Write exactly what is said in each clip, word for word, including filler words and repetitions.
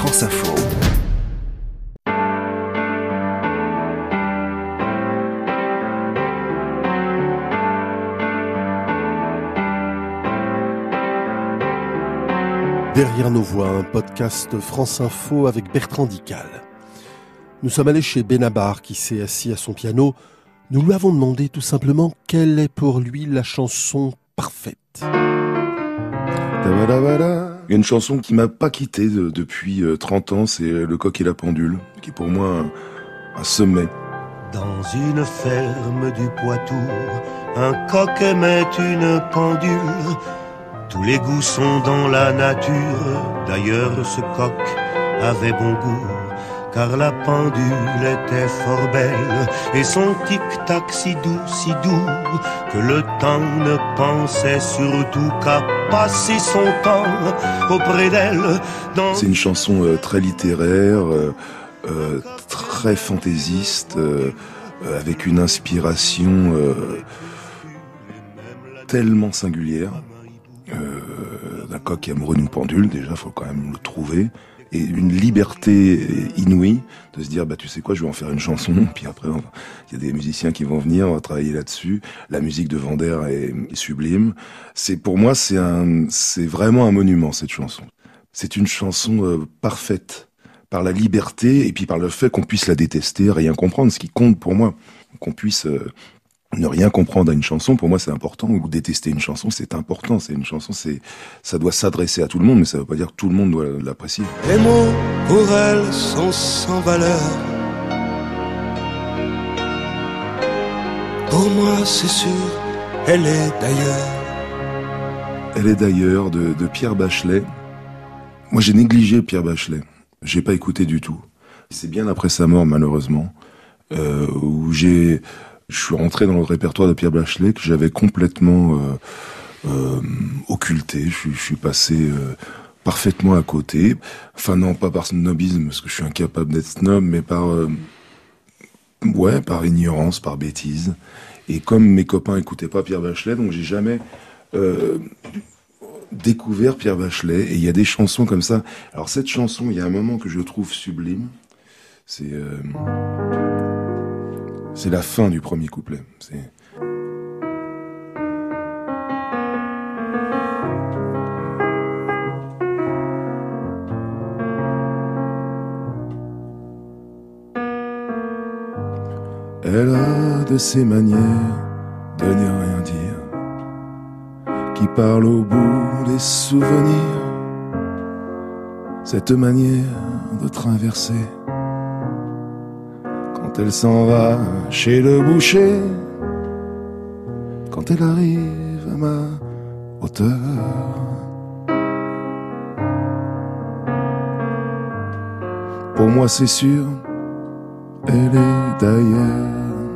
France Info. Derrière nos voix, un podcast France Info avec Bertrand Dical. Nous sommes allés chez Benabar qui s'est assis à son piano. Nous lui avons demandé tout simplement quelle est pour lui la chanson parfaite. Il y a une chanson qui m'a pas quitté de, depuis trente ans, c'est Le Coq et la Pendule, qui est pour moi un, un sommet. Dans une ferme du Poitou, un coq aimait une pendule. Tous les goûts sont dans la nature, d'ailleurs ce coq avait bon goût, car la pendule était fort belle, et son tic-tac si doux, si doux, que le temps ne pensait surtout qu'à passer son temps auprès d'elle. Dans... C'est une chanson euh, très littéraire, euh, euh, très fantaisiste, euh, euh, avec une inspiration euh, tellement singulière. Euh, d'un coq amoureux d'une pendule, déjà faut quand même le trouver, et une liberté inouïe de se dire bah tu sais quoi, je vais en faire une chanson, puis après il y a des musiciens qui vont venir, on va travailler là-dessus. La musique de Vander est, est sublime. C'est pour moi c'est un c'est vraiment un monument, cette chanson. C'est une chanson euh, parfaite par la liberté et puis par le fait qu'on puisse la détester, rien comprendre. Ce qui compte pour moi, qu'on puisse euh, ne rien comprendre à une chanson, pour moi c'est important, ou détester une chanson, c'est important. C'est une chanson, c'est, ça doit s'adresser à tout le monde, mais ça veut pas dire que tout le monde doit l'apprécier. Les mots pour elle sont sans valeur. Pour moi c'est sûr, elle est d'ailleurs. Elle est d'ailleurs de, de Pierre Bachelet. Moi j'ai négligé Pierre Bachelet, j'ai pas écouté du tout. C'est bien après sa mort malheureusement, euh, où j'ai Je suis rentré dans le répertoire de Pierre Bachelet que j'avais complètement euh, euh, occulté. Je, je suis passé euh, parfaitement à côté. Enfin non, pas par snobisme, parce que je suis incapable d'être snob, mais par euh, ouais, par ignorance, par bêtise. Et comme mes copains écoutaient pas Pierre Bachelet, donc j'ai jamais euh, découvert Pierre Bachelet. Et il y a des chansons comme ça. Alors cette chanson, il y a un moment que je trouve sublime. C'est euh, C'est la fin du premier couplet. C'est... Elle a de ces manières de ne rien dire, qui parle au bout des souvenirs, cette manière de traverser. Quand elle s'en va chez le boucher, quand elle arrive à ma hauteur, pour moi c'est sûr, elle est d'ailleurs.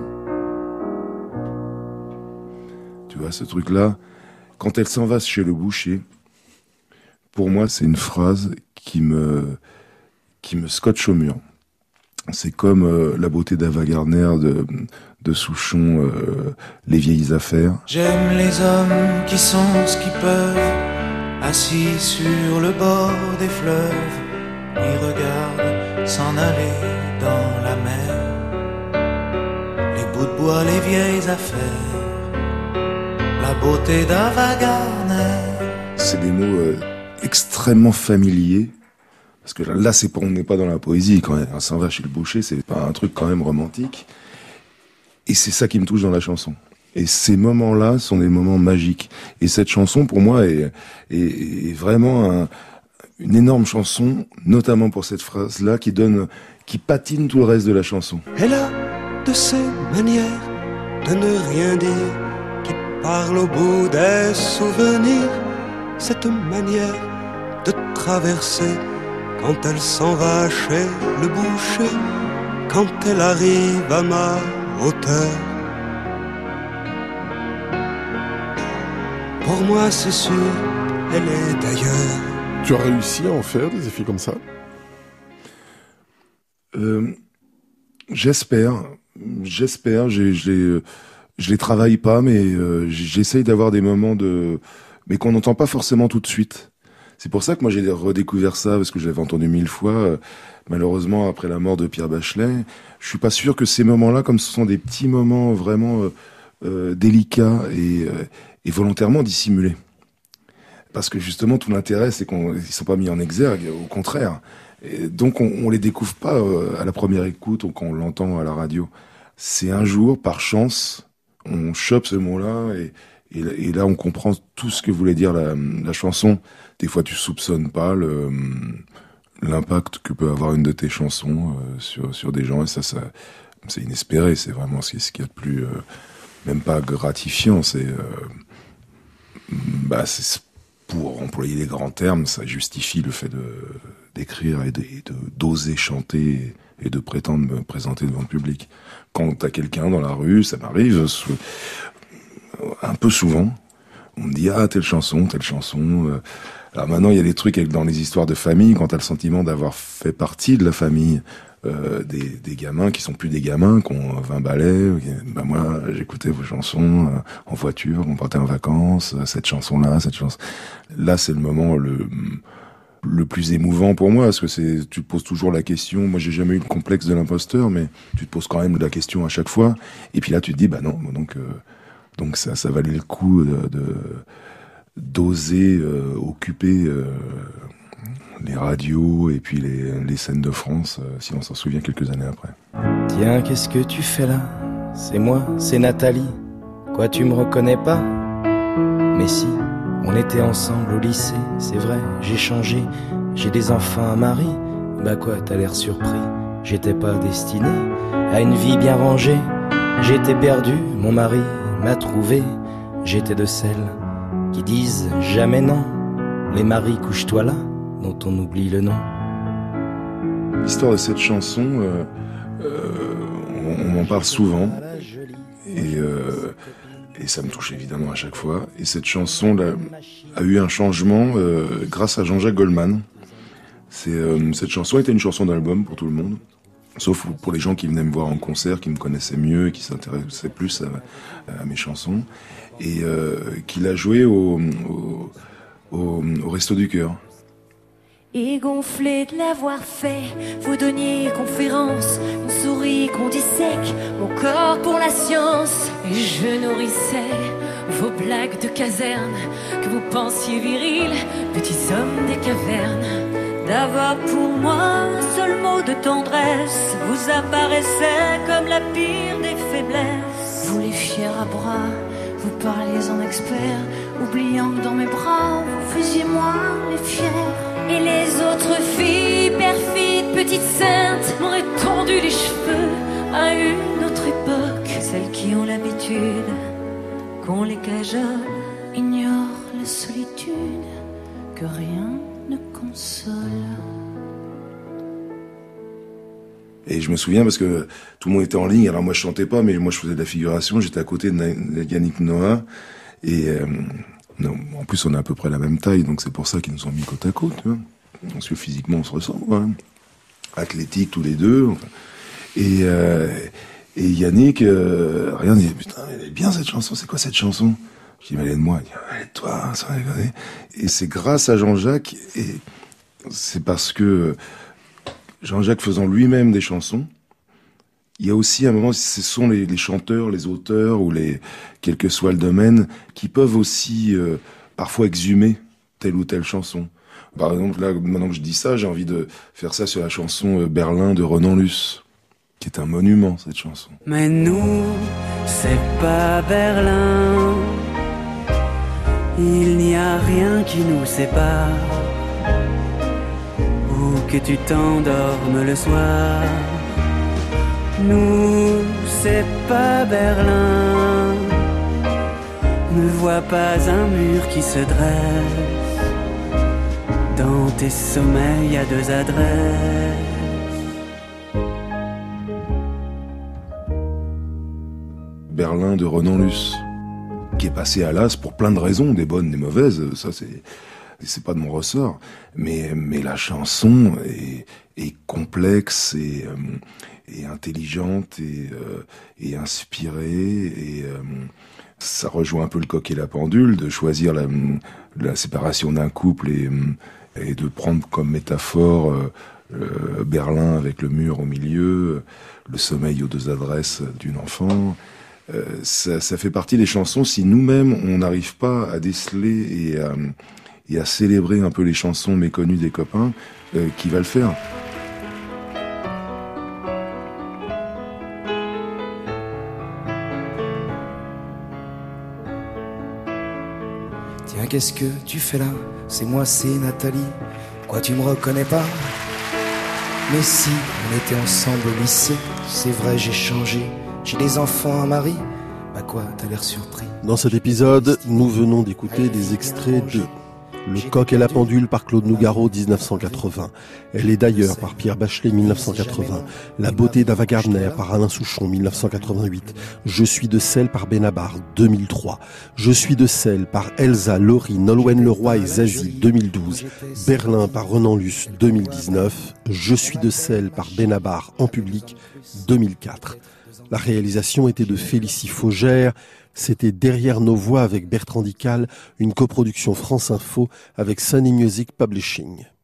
Tu vois ce truc-là, quand elle s'en va chez le boucher, pour moi c'est une phrase qui me, qui me scotche au mur. C'est comme euh, la beauté d'Ava Gardner de, de Souchon, euh, Les vieilles affaires. J'aime les hommes qui sont ce qu'ils peuvent, assis sur le bord des fleuves, ils regardent s'en aller dans la mer. Les bouts de bois, les vieilles affaires, la beauté d'Ava Gardner. C'est des mots euh, extrêmement familiers. Parce que là, c'est pour, on n'est pas dans la poésie quand même. On s'en va chez le boucher, c'est pas un truc quand même romantique. Et c'est ça qui me touche dans la chanson. Et ces moments-là sont des moments magiques. Et cette chanson, pour moi, est, est, est vraiment un, une énorme chanson, notamment pour cette phrase-là, qui donne, qui patine tout le reste de la chanson. Elle a de ces manières de ne rien dire, qui parle au bout des souvenirs, cette manière de traverser. Quand elle s'en va chez le boucher, quand elle arrive à ma hauteur. Pour moi c'est sûr, elle est d'ailleurs. Tu as réussi à en faire des effets comme ça ? euh, J'espère, j'espère, j'ai, j'ai, je les travaille pas, mais euh, j'essaye d'avoir des moments de, mais qu'on n'entend pas forcément tout de suite. C'est pour ça que moi j'ai redécouvert ça, parce que je l'avais entendu mille fois. Euh, malheureusement, après la mort de Pierre Bachelet, je suis pas sûr que ces moments-là, comme ce sont des petits moments vraiment euh, euh, délicats et, euh, et volontairement dissimulés. Parce que justement, tout l'intérêt, c'est qu'ils ne sont pas mis en exergue, au contraire. Et donc, on, on les découvre pas euh, à la première écoute ou quand on l'entend à la radio. C'est un jour, par chance, on chope ce mot-là et, et, et là, on comprend tout ce que voulait dire la, la chanson. Des fois, tu soupçonnes pas le, l'impact que peut avoir une de tes chansons euh, sur, sur des gens. Et ça, ça c'est inespéré. C'est vraiment ce, ce qu'il y a de plus, euh, même pas gratifiant. C'est, euh, bah, c'est pour employer les grands termes, ça justifie le fait de d'écrire et de, et de d'oser chanter et de prétendre me présenter devant le public. Quand t'as quelqu'un dans la rue, ça m'arrive un peu souvent, on me dit ah telle chanson, telle chanson. Alors maintenant il y a des trucs avec, dans les histoires de famille, quand t'as le sentiment d'avoir fait partie de la famille, euh, des, des gamins qui sont plus des gamins, qui ont vingt balais. Ben moi j'écoutais vos chansons euh, en voiture, on partait en vacances, euh, cette chanson-là, cette chanson. Là c'est le moment le le plus émouvant pour moi, parce que c'est, tu te poses toujours la question. Moi, j'ai jamais eu le complexe de l'imposteur, mais tu te poses quand même la question à chaque fois. Et puis là, tu te dis, bah non, donc, euh, donc ça, ça valait le coup de, de d'oser euh, occuper euh, les radios et puis les, les scènes de France, euh, si on s'en souvient quelques années après. Tiens, qu'est-ce que tu fais là? C'est moi, c'est Nathalie. Quoi, tu me reconnais pas? Mais si. On était ensemble au lycée, c'est vrai, j'ai changé, j'ai des enfants, un mari. Bah quoi, t'as l'air surpris, j'étais pas destiné à une vie bien rangée. J'étais perdu, mon mari m'a trouvé. J'étais de celles qui disent jamais non. Les maris, couche-toi là, dont on oublie le nom. L'histoire de cette chanson, euh, euh, on, on m'en parle souvent. Et... Euh, Et ça me touche évidemment à chaque fois. Et cette chanson là, a eu un changement euh, grâce à Jean-Jacques Goldman. C'est, euh, cette chanson était une chanson d'album pour tout le monde, sauf pour les gens qui venaient me voir en concert, qui me connaissaient mieux, qui s'intéressaient plus à, à mes chansons, et euh, qu'il a joué au, au, au, au Resto du Cœur. Et gonflé de l'avoir fait, vous donniez conférence, une souris qu'on dissèque, mon corps pour la science. Et je nourrissais vos blagues de caserne, que vous pensiez virils, petits hommes des cavernes. D'avoir pour moi un seul mot de tendresse vous apparaissait comme la pire des faiblesses. Vous les fiers à bras, vous parliez en expert, oubliant que dans mes bras vous faisiez moi les fiers. Et les autres filles, perfides, petites saintes, m'auraient tendu les cheveux à une autre époque. Celles qui ont l'habitude qu'on les cajole, ignorent la solitude, que rien ne console. Et je me souviens parce que tout le monde était en ligne, alors moi je chantais pas, mais moi je faisais de la figuration, j'étais à côté de Yannick Noah, et... Euh, Non, en plus, on a à peu près la même taille, donc c'est pour ça qu'ils nous ont mis côte à côte, tu vois. Parce que physiquement, on se ressemble, ouais. Athlétiques tous les deux. Enfin. Et, euh, et Yannick, euh, rien, il dit, putain, elle est bien cette chanson, c'est quoi cette chanson? Je dis, mais elle est de moi. Il dit, elle est de toi, ça va déconner. Et c'est grâce à Jean-Jacques, et c'est parce que Jean-Jacques faisant lui-même des chansons, il y a aussi un moment, ce sont les, les chanteurs, les auteurs, ou les, quel que soit le domaine, qui peuvent aussi euh, parfois exhumer telle ou telle chanson. Par exemple, là, maintenant que je dis ça, j'ai envie de faire ça sur la chanson euh, Berlin de Renan Luce, qui est un monument, cette chanson. Mais nous, c'est pas Berlin, il n'y a rien qui nous sépare, ou que tu t'endormes le soir. Nous, c'est pas Berlin, ne vois pas un mur qui se dresse, dans tes sommeils à deux adresses. Berlin de Renan Luce, qui est passé à l'as pour plein de raisons, des bonnes, des mauvaises, ça c'est... c'est pas de mon ressort, mais, mais la chanson est, est complexe et, euh, et intelligente et, euh, et inspirée et, euh, Ça rejoint un peu le coq et la pendule, de choisir la, la séparation d'un couple et, et de prendre comme métaphore euh, euh, Berlin avec le mur au milieu, le sommeil aux deux adresses d'une enfant. Euh, ça, ça fait partie des chansons, si nous-mêmes on n'arrive pas à déceler et à, et à célébrer un peu les chansons méconnues des copains, euh, qui va le faire. Tiens, qu'est-ce que tu fais là? C'est moi, c'est Nathalie. Quoi, tu me reconnais pas? Mais si, on était ensemble au lycée. C'est vrai, j'ai changé. J'ai des enfants, un mari. Bah quoi, t'as l'air surpris. Dans cet épisode, nous venons d'écouter des extraits de Le coq et la pendule par Claude Nougaro, dix-neuf cent quatre-vingts. Elle est d'ailleurs par Pierre Bachelet, mille neuf cent quatre-vingts. La beauté d'Ava Gardner par Alain Souchon, mille neuf cent quatre-vingt-huit. Je suis de sel par Benabar, deux mille trois. Je suis de sel par Elsa, Laurie, Nolwenn Leroy et Zazie, deux mille douze. Berlin par Renan Luce, deux mille dix-neuf. Je suis de sel par Benabar en public, deux mille quatre. La réalisation était de Félicie Faugère. C'était Derrière nos voix avec Bertrand Dical, une coproduction France Info avec Sony Music Publishing.